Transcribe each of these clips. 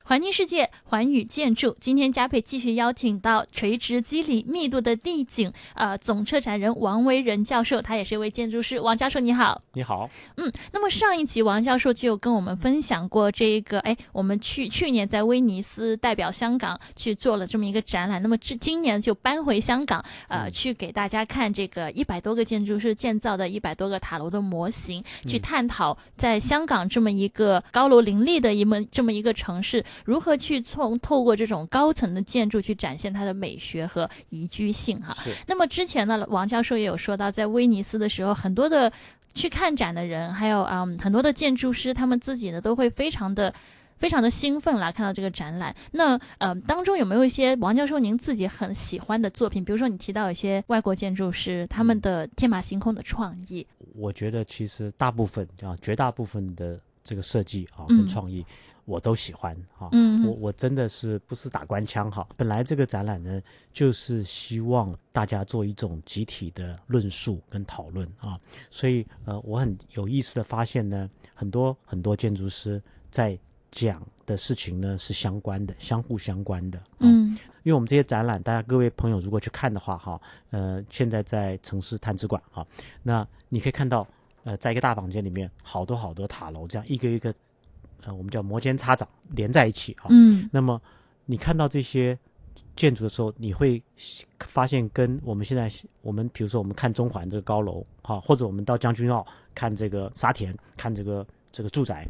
环境世界，环宇建筑。今天嘉佩继续邀请到垂直肌理密度的地景总策展人王维仁教授，他也是一位建筑师。王教授你好。 你好。 那么上一期王教授就有跟我们分享过这个，我们去年在威尼斯代表香港去做了这么一个展览，那么今年就搬回香港，去给大家看这个100多个建筑师建造的100多个塔楼的模型，去探讨在香港这么一个高楼林立的这么一个城市，如何去透过这种高层的建筑去展现它的美学和宜居性哈。那么之前呢，王教授也有说到，在威尼斯的时候，很多的去看展的人，还有很多的建筑师，他们自己呢都会非常的兴奋啦，看到这个展览。那当中有没有一些王教授您自己很喜欢的作品？比如说你提到一些外国建筑师他们的天马行空的创意。 我觉得其实绝大部分的这个设计跟创意我都喜欢我真的是不是打官腔本来这个展览呢就是希望大家做一种集体的论述跟讨论所以我很有意思的发现呢，很多建筑师在讲的事情呢是相关的，相互相关的因为我们这些展览，大家各位朋友如果去看的话现在在城市探知馆那你可以看到在一个大房间里面好多塔楼，这样一个一个我们叫摩肩擦掌连在一起那么你看到这些建筑的时候，你会发现跟我们比如说我们看中环这个高楼或者我们到将军澳看这个沙田，看这个住宅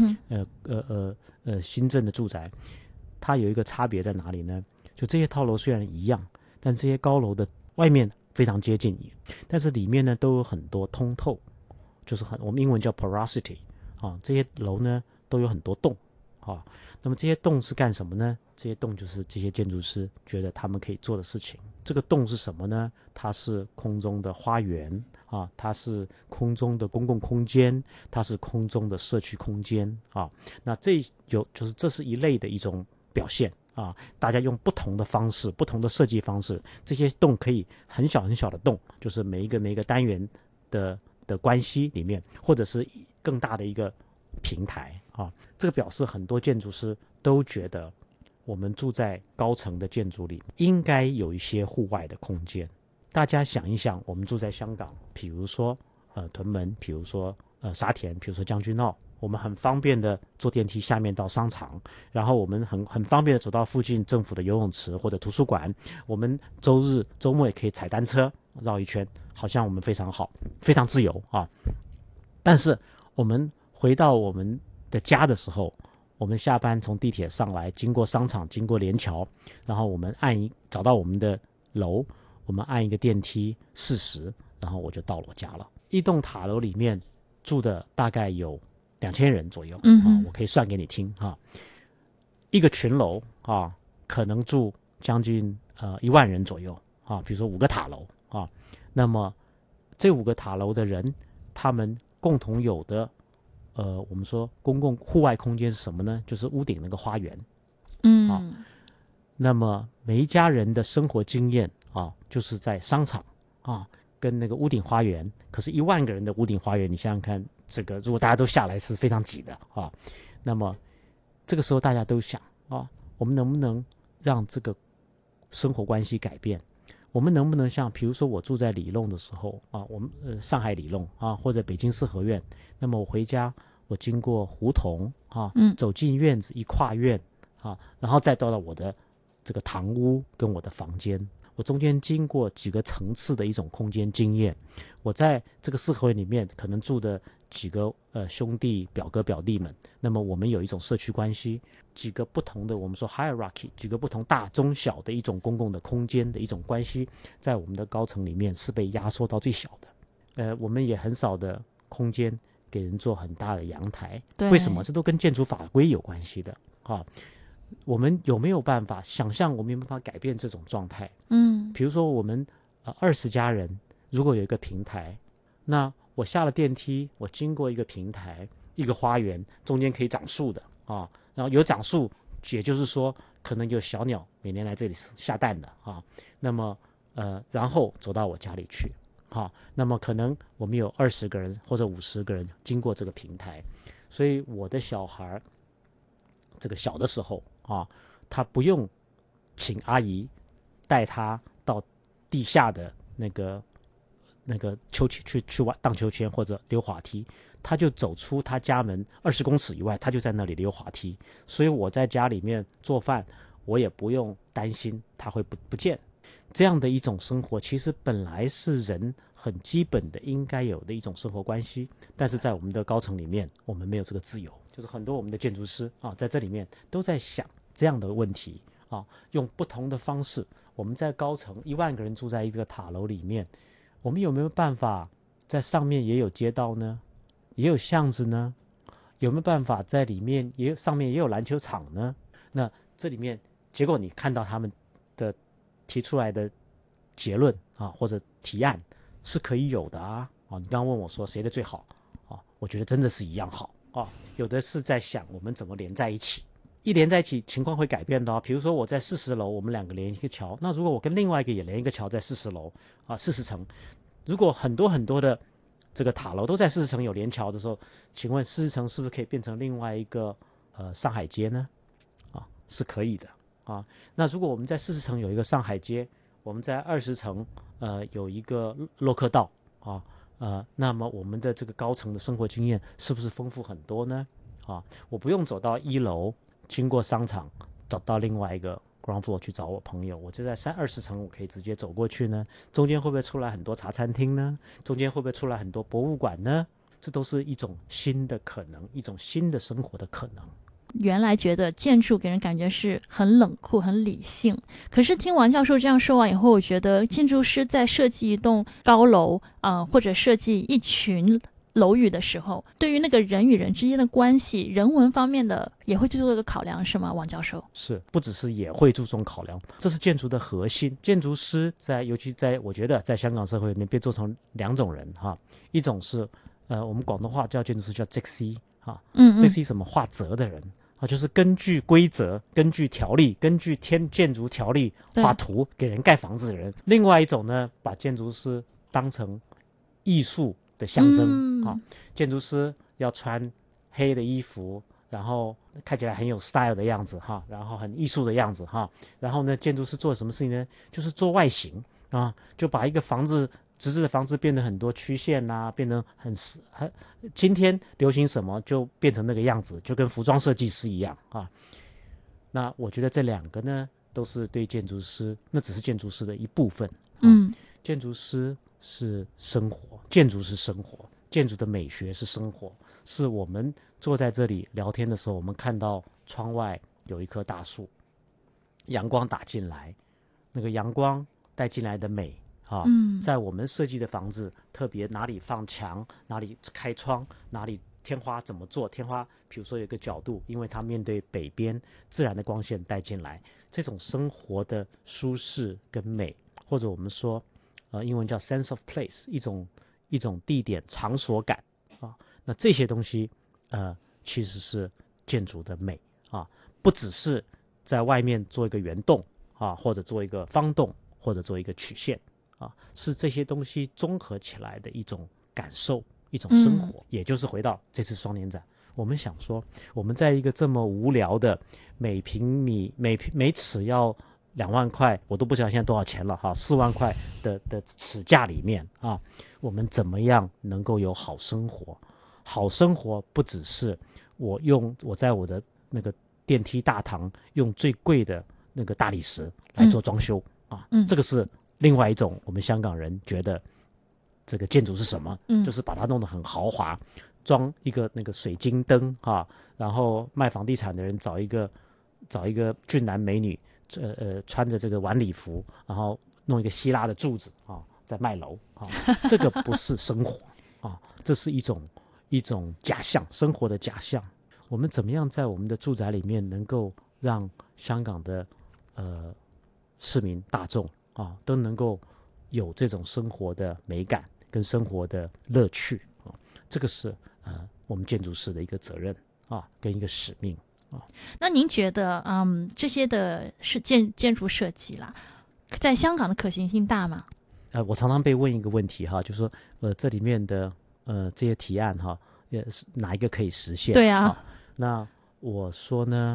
新镇的住宅，它有一个差别在哪里呢？就这些高楼虽然一样，但这些高楼的外面非常接近你，但是里面呢都有很多通透，就是我们英文叫 porosity 这些楼呢都有很多洞那么这些洞是干什么呢？这些洞就是这些建筑师觉得他们可以做的事情。这个洞是什么呢？它是空中的花园它是空中的公共空间，它是空中的社区空间那这是一类的一种表现大家用不同的方式，不同的设计方式，这些洞可以很小很小的洞，就是每一个单元的关系里面，或者是更大的一个平台这个表示很多建筑师都觉得我们住在高层的建筑里应该有一些户外的空间。大家想一想，我们住在香港，比如说屯门，比如说沙田，比如说将军澳，我们很方便的坐电梯下面到商场，然后我们很方便的走到附近政府的游泳池或者图书馆，我们周末也可以踩单车绕一圈，好像我们非常好，非常自由但是我们回到我们的家的时候，我们下班从地铁上来，经过商场，经过联桥，然后我们找到我们的楼，我们按一个电梯40，然后我就到了我家了。一栋塔楼里面住的大概有2000人左右我可以算给你听一个群楼可能住将近1万人左右比如说5个塔楼那么这5个塔楼的人，他们共同有的我们说公共户外空间是什么呢？就是屋顶那个花园那么每一家人的生活经验就是在商场跟那个屋顶花园。可是1万个人的屋顶花园，你想想看，这个如果大家都下来是非常挤的那么这个时候大家都想我们能不能让这个生活关系改变？我们能不能像比如说我住在里弄的时候我们上海里弄或者北京四合院，那么我回家我经过胡同走进院子，一跨院然后再到我的这个堂屋跟我的房间，我中间经过几个层次的一种空间经验。我在这个四合院里面可能住的几个兄弟表哥表弟们，那么我们有一种社区关系，几个不同的我们说 hierarchy， 几个不同大中小的一种公共的空间的一种关系，在我们的高层里面是被压缩到最小的我们也很少的空间给人做很大的阳台。为什么？这都跟建筑法规有关系的我们有没有办法想象，我们有没有办法改变这种状态？比如说我们20家人如果有一个平台，那我下了电梯，我经过一个平台，一个花园，中间可以长树的然后有长树，也就是说可能有小鸟每年来这里下蛋的那么然后走到我家里去那么可能我们有20个人或者50个人经过这个平台，所以我的小孩这个小的时候啊，他不用请阿姨带他到地下的那个秋千去荡秋千或者溜滑梯，他就走出他家门20公尺以外，他就在那里溜滑梯。所以我在家里面做饭，我也不用担心他会不见。这样的一种生活，其实本来是人很基本的应该有的一种生活关系，但是在我们的高层里面，我们没有这个自由。就是很多我们的建筑师啊，在这里面都在想这样的问题啊，用不同的方式。我们在高层1万个人住在一个塔楼里面，我们有没有办法在上面也有街道呢？也有巷子呢？有没有办法在里面上面也有篮球场呢？那这里面结果你看到他们的提出来的结论啊，或者提案是可以有的啊。你刚刚问我说谁的最好啊？我觉得真的是一样好啊。有的是在想我们怎么连在一起，一连在一起情况会改变的比如说我在40楼，我们2个连一个桥，那如果我跟另外一个也连一个桥在40楼啊，40层，如果很多很多的这个塔楼都在40层有连桥的时候，请问40层是不是可以变成另外一个上海街呢？是可以的啊。那如果我们在40层有一个上海街，我们在20层有一个洛克道啊，那么我们的这个高层的生活经验是不是丰富很多呢？我不用走到1楼，经过商场找到另外一个 ground floor 去找我朋友，我就在20层我可以直接走过去呢。中间会不会出来很多茶餐厅呢？中间会不会出来很多博物馆呢？这都是一种新的可能，一种新的生活的可能。 原来觉得建筑给人感觉是很冷酷很理性，可是听王教授这样说完以后，我觉得建筑师在设计一栋高楼或者设计一群楼宇的时候，对于那个人与人之间的关系，人文方面的也会去做一个考量，是吗？王教授？ 是，不只是也会注重考量，这是建筑的核心。建筑师尤其在我觉得在香港社会里面被做成2种人一种是我们广东话叫建筑师叫 Zixi Zixi 什么画则的人就是根据规则、根据条例、根据建筑条例画图给人盖房子的人。另外一种呢，把建筑师当成艺术的象征建筑师要穿黑的衣服，然后看起来很有 style 的样子然后很艺术的样子然后呢，建筑师做什么事情呢？就是做外形就把一个房子直直的房子变得很多曲线变得很今天流行什么就变成那个样子，就跟服装设计师一样那我觉得这2个呢，都是对建筑师，那只是建筑师的一部分建筑师是生活，建筑是生活，建筑的美学是生活，是我们坐在这里聊天的时候，我们看到窗外有一棵大树，阳光打进来，那个阳光带进来的美在我们设计的房子，特别哪里放墙，哪里开窗，哪里天花怎么做，天花比如说有一个角度，因为它面对北边，自然的光线带进来，这种生活的舒适跟美，或者我们说英文叫 sense of place， 一种地点场所感那这些东西其实是建筑的美不只是在外面做一个圆洞或者做一个方洞，或者做一个曲线是这些东西综合起来的一种感受，一种生活也就是回到这次双年展，我们想说我们在一个这么无聊的每平米每尺要2万块，我都不知道现在多少钱了4万块的尺价里面我们怎么样能够有好生活？好生活不只是我在我的那个电梯大堂用最贵的那个大理石来做装修这个是另外一种我们香港人觉得这个建筑是什么就是把它弄得很豪华，装一个那个水晶灯然后卖房地产的人找一个俊男美女穿着这个晚礼服，然后弄一个希腊的柱子在卖楼这个不是生活这是一种假象，生活的假象。我们怎么样在我们的住宅里面能够让香港的市民大众都能够有这种生活的美感跟生活的乐趣这个是我们建筑师的一个责任跟一个使命那您觉得这些的是建筑设计啦，在香港的可行性大吗？ 我常常被问一个问题就是说这里面的这些提案也是哪一个可以实现？ 对啊那我说呢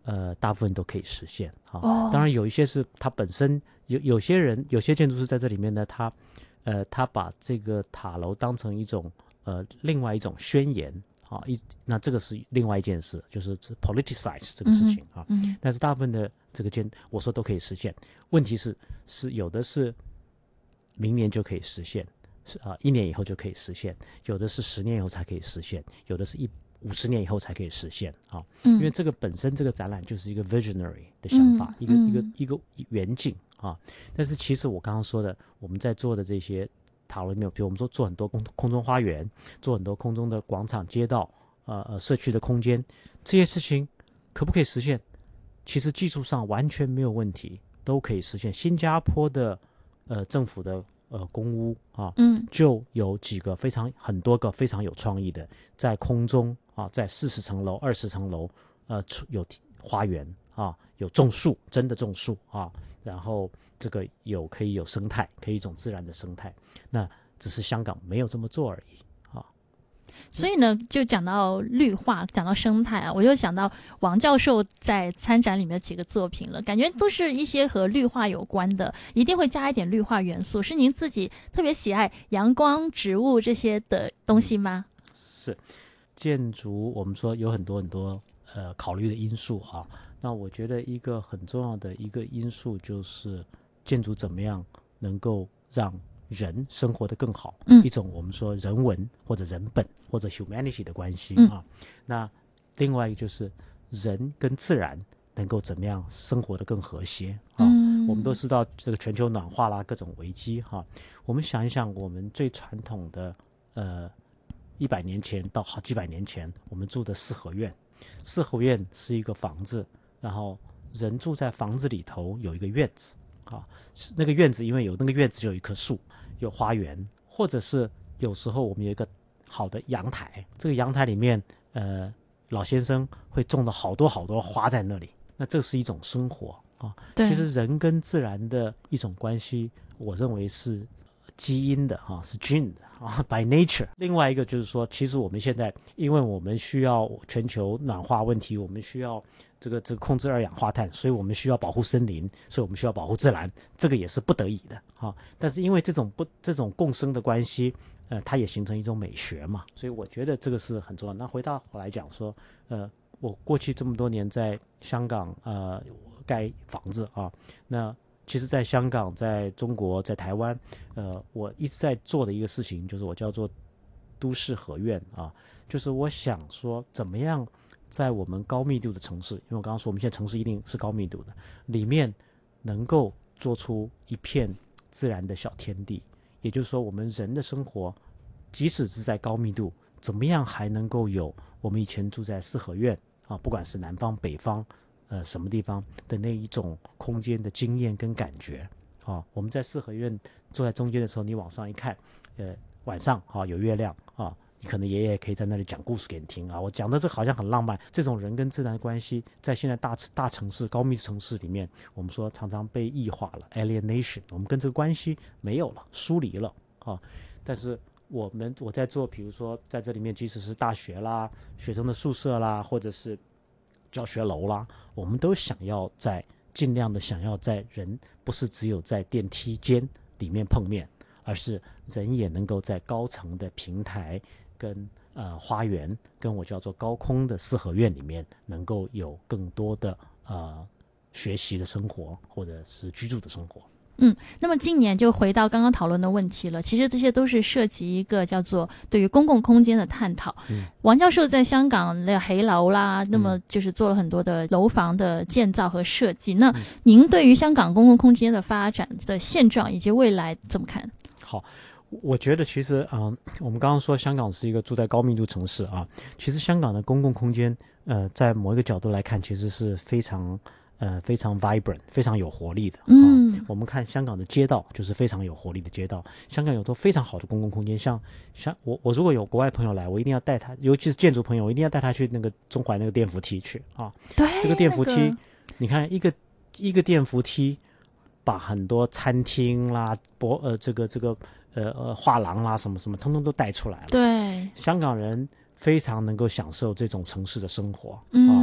大部分都可以实现啊。 当然有一些是它本身有些人有些建筑师在这里面呢，他把这个塔楼当成一种另外一种宣言啊，那这个是另外一件事，就是 politicize 这个事情啊。但是大部分的这个我说都可以实现，问题是有的是明年就可以实现，是1年以后就可以实现，有的是10年以后才可以实现，有的是50年以后才可以实现啊。因为这个本身这个展览就是一个 visionary 的想法，一个远景啊。但是其实我刚刚说的，我们在做的这些塔楼里面，比如我们说做很多空中花园，做很多空中的广场、街道、社区的空间，这些事情可不可以实现？其实技术上完全没有问题，都可以实现。新加坡的政府的公屋啊，就有很多个非常有创意的，在空中啊，在40层楼、20层楼，有花园啊，有种树，真的种树啊，然后这个可以有生态，可以一种自然的生态，那只是香港没有这么做而已。 所以呢，就讲到绿化，讲到生态啊，我就想到王教授在参展里面的几个作品了，感觉都是一些和绿化有关的，一定会加一点绿化元素。是您自己特别喜爱阳光、植物这些的东西吗？ 是，建筑我们说有很多考虑的因素啊。那我觉得一个很重要的一个因素就是建筑怎么样能够让人生活得更好，一种我们说人文或者人本或者 humanity 的关系啊。那另外一个就是人跟自然能够怎么样生活得更和谐啊。我们都知道这个全球暖化啦，各种危机哈。我们想一想，我们最传统的100年前到好几百年前，我们住的四合院。四合院是一个房子，然后人住在房子里头，有一个院子啊。那个院子因为有那个院子就有一棵树，有花园，或者是有时候我们有一个好的阳台，这个阳台里面老先生会种了好多花在那里，那这是一种生活啊。其实人跟自然的一种关系，我认为是基因的哈，是 gene 的啊 ，by nature。另外一个就是说，其实我们现在因为我们需要全球暖化问题，我们需要这个控制2氧化碳，所以我们需要保护森林，所以我们需要保护自然，这个也是不得已的啊。但是因为这种共生的关系，它也形成一种美学嘛，所以我觉得这个是很重要。那回到我来讲说，我过去这么多年在香港盖房子啊，那其实在香港、在中国、在台湾，我一直在做的一个事情，就是我叫做都市合院啊，就是我想说怎么样在我们高密度的城市，因为我刚刚说我们现在城市一定是高密度的，里面能够做出一片自然的小天地，也就是说我们人的生活，即使是在高密度，怎么样还能够有我们以前住在四合院啊，不管是南方、北方。什么地方的那一种空间的经验跟感觉啊？我们在四合院坐在中间的时候，你往上一看，晚上有月亮啊，你可能爷爷可以在那里讲故事给你听啊。我讲的这好像很浪漫，这种人跟自然的关系，在现在大城市、高密城市里面，我们说常常被异化了 ，alienation， 我们跟这个关系没有了，疏离了啊。但是我在做，比如说在这里面，即使是大学啦、学生的宿舍啦，或者是教学楼啦，我们都尽量的想要在人不是只有在电梯间里面碰面，而是人也能够在高层的平台跟花园，跟我叫做高空的四合院里面，能够有更多的学习的生活或者是居住的生活。 那么今年就回到刚刚讨论的问题了，其实这些都是涉及一个叫做对于公共空间的探讨。王教授在香港的黑楼啦，那么就是做了很多的楼房的建造和设计。那您对于香港公共空间的发展的现状以及未来怎么看？ 好，我觉得其实我们刚刚说香港是一个住在高密度城市啊，其实香港的公共空间在某一个角度来看，其实是非常 vibrant， 非常有活力的。我们看香港的街道就是非常有活力的街道。香港有都非常好的公共空间，像我如果有国外朋友来，我一定要带他，尤其是建筑朋友，我一定要带他去那个中环那个电扶梯去啊。 对， 这个电扶梯，你看一个电扶梯，把很多餐厅啦、画廊啦什么什么，通通都带出来了。 对， 香港人非常能够享受这种城市的生活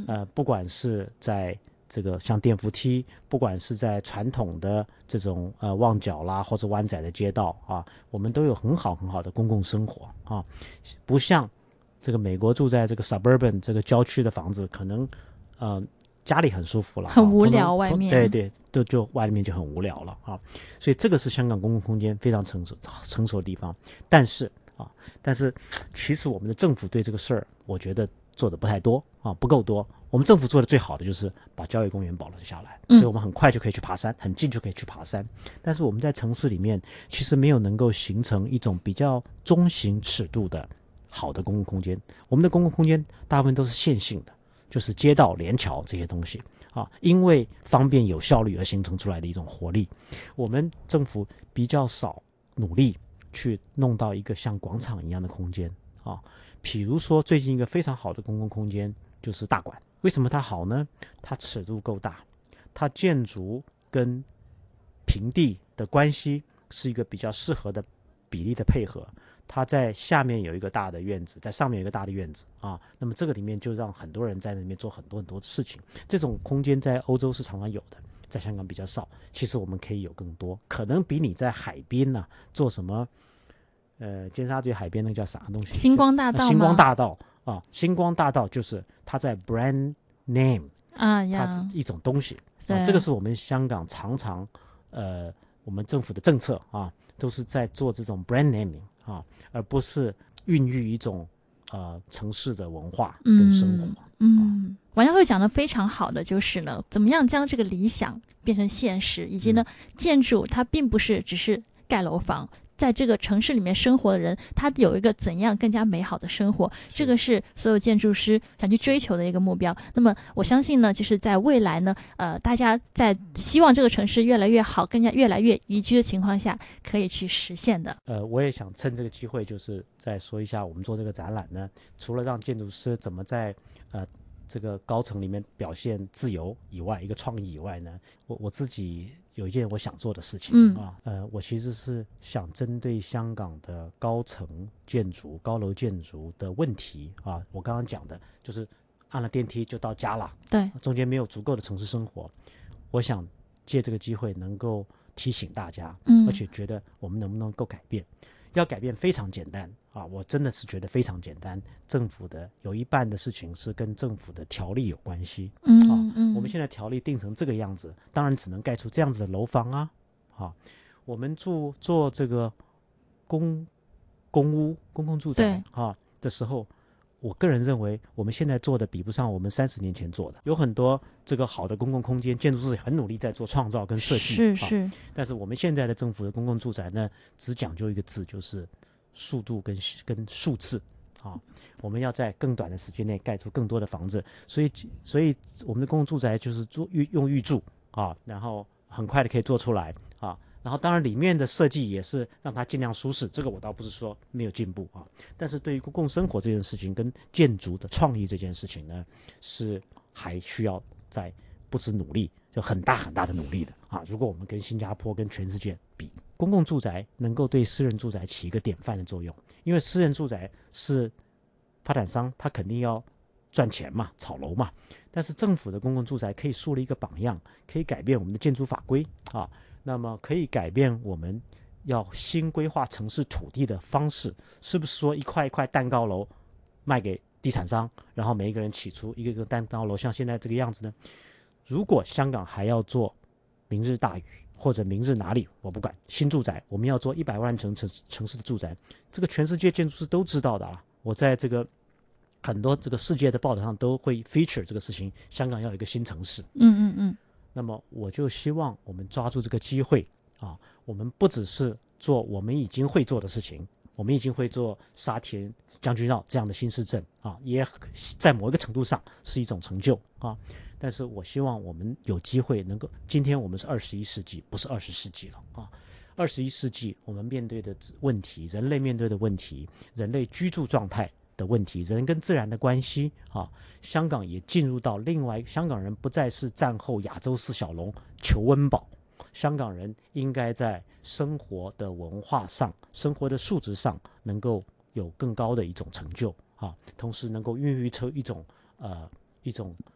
不管是在这个像电扶梯，不管是在传统的这种旺角啦或者湾仔的街道啊，我们都有很好很好的公共生活啊，不像这个美国住在这个 suburban 这个郊区的房子，可能家里很舒服了， 很无聊，外面对对，就外面就很无聊了啊。所以这个是香港公共空间非常成熟的地方。但是其实我们的政府对这个事儿，我觉得做的不太多啊，不够多。我们政府做的最好的就是把郊野公园保留下来，所以我们很快就可以去爬山，很近就可以去爬山。但是我们在城市里面其实没有能够形成一种比较中型尺度的好的公共空间。我们的公共空间大部分都是线性的，就是街道、连桥这些东西啊，因为方便有效率而形成出来的一种活力。我们政府比较少努力去弄到一个像广场一样的空间啊。比如说最近一个非常好的公共空间就是大馆。为什么它好呢？它尺度够大，它建筑跟平地的关系是一个比较适合的比例的配合。它在下面有一个大的院子，在上面有一个大的院子啊，那么这个里面就让很多人在那里面做很多很多的事情。这种空间在欧洲是常常有的，在香港比较少。其实我们可以有更多，可能比你在海边啊做什么尖沙咀海边那个叫啥东西？ 星光大道吗？ 星光大道啊，星光大道就是它在 brand name 啊呀， 它一种东西啊，这个是我们香港常常我们政府的政策啊，都是在做这种 brand naming 啊，而不是孕育一种城市的文化跟生活。 王教授讲的非常好的就是呢，怎么样将这个理想变成现实，以及呢，建筑它并不是只是盖楼房。在这个城市里面生活的人，他有一个怎样更加美好的生活，这个是所有建筑师想去追求的一个目标。那么我相信呢，就是在未来呢，大家在希望这个城市越来越好，更加越来越宜居的情况下，可以去实现的。 我也想趁这个机会，就是再说一下，我们做这个展览呢，除了让建筑师怎么在这个高层里面表现自由以外，一个创意以外呢，我自己有一件我想做的事情我其实是想针对香港的高层建筑、高楼建筑的问题啊，我刚刚讲的就是按了电梯就到家了， 对， 中间没有足够的城市生活，我想借这个机会能够提醒大家，而且觉得我们能不能够改变。要改变非常简单啊，我真的是觉得非常简单。政府的有一半的事情是跟政府的条例有关系，我们现在条例定成这个样子，当然只能盖出这样子的楼房啊。我们做这个公屋、公共住宅的时候，我个人认为我们现在做的比不上我们30年前做的。有很多这个好的公共空间，建筑师很努力在做创造跟设计， 是。 但是我们现在的政府的公共住宅呢，只讲究一个字，就是速度跟数字啊。我们要在更短的时间内盖出更多的房子，所以我们的公共住宅就是用预铸啊，然后很快的可以做出来啊。然后当然里面的设计也是让它尽量舒适，这个我倒不是说没有进步啊，但是对于公共生活这件事情跟建筑的创意这件事情呢，是还需要在不止努力，就很大很大的努力的啊。如果我们跟新加坡跟全世界比，公共住宅能够对私人住宅起一个典范的作用，因为私人住宅是发展商他肯定要赚钱嘛，炒楼嘛，但是政府的公共住宅可以树立一个榜样，可以改变我们的建筑法规啊。那么可以改变我们要新规划城市土地的方式，是不是说一块一块蛋糕楼卖给地产商，然后每一个人起出一个一个蛋糕楼，像现在这个样子呢？如果香港还要做明日大屿或者明日哪里，我不管，新住宅，我们要做100万城市的住宅，这个全世界建筑师都知道的啊。我在这个很多这个世界的报道上都会 feature 这个事情，香港要有一个新城市。那么我就希望我们抓住这个机会啊，我们不只是做我们已经会做的事情，我们已经会做沙田、将军澳这样的新市镇啊，也在某一个程度上是一种成就啊。但是我希望我们有机会能够，今天我们是21世纪，不是20世纪了啊。21世纪我们面对的问题，人类面对的问题，人类居住状态的问题，人跟自然的关系啊，香港也进入到另外，香港人不再是战后亚洲四小龙求温饱，香港人应该在生活的文化上、生活的素质上能够有更高的一种成就啊，同时能够孕育出一种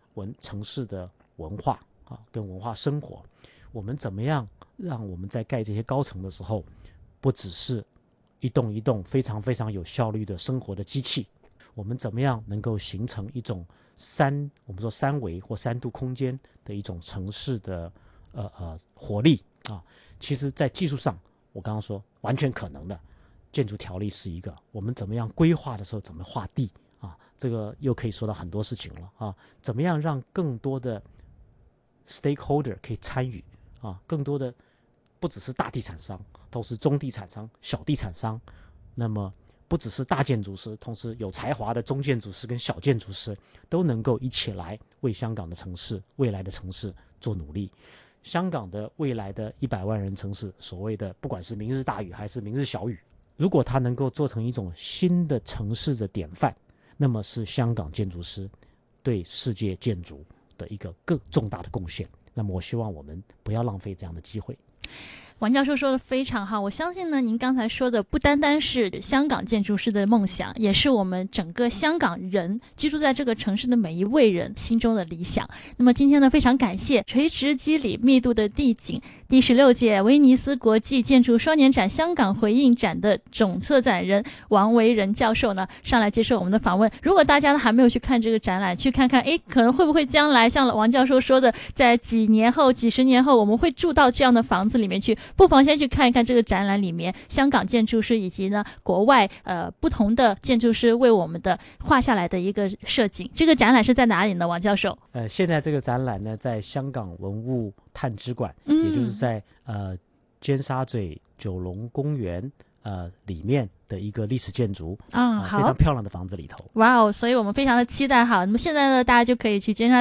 城市的文化跟文化生活。我们怎么样让我们在盖这些高层的时候，不只是一栋一栋非常非常有效率的生活的机器，我们怎么样能够形成一种我们说三维或3度空间的一种城市的活力啊？其实在技术上我刚刚说完全可能的，建筑条例是一个，我们怎么样规划的时候怎么划地啊？这个又可以说到很多事情了啊！怎么样让更多的 stakeholder 可以参与啊？更多的不只是大地产商，都是中地产商、小地产商，那么不只是大建筑师，同时有才华的中建筑师跟小建筑师都能够一起来为香港的城市、未来的城市做努力。香港的未来的100万人城市，所谓的不管是明日大屿还是明日小屿，如果它能够做成一种新的城市的典范，那么是香港建筑师对世界建筑的一个更重大的贡献。那么我希望我们不要浪费这样的机会。 王教授说的非常好，我相信呢，您刚才说的不单单是香港建筑师的梦想，也是我们整个香港人居住在这个城市的每一位人心中的理想。那么今天呢，非常感谢垂直肌理密度的地景第16届威尼斯国际建筑双年展香港回应展的总策展人王维仁教授呢，上来接受我们的访问。如果大家呢还没有去看这个展览，去看看，可能会不会将来像王教授说的，在几年后、几十年后，我们会住到这样的房子里面去，不妨先去看一看这个展览里面香港建筑师以及呢国外不同的建筑师为我们的画下来的一个设计。这个展览是在哪里呢，王教授？ 现在这个展览呢，在香港文物探知馆，也就是在尖沙咀九龙公园里面的一个历史建筑， 好， 非常漂亮的房子里头。 哇哦，所以我们非常的期待哈。那么现在呢，大家就可以去尖沙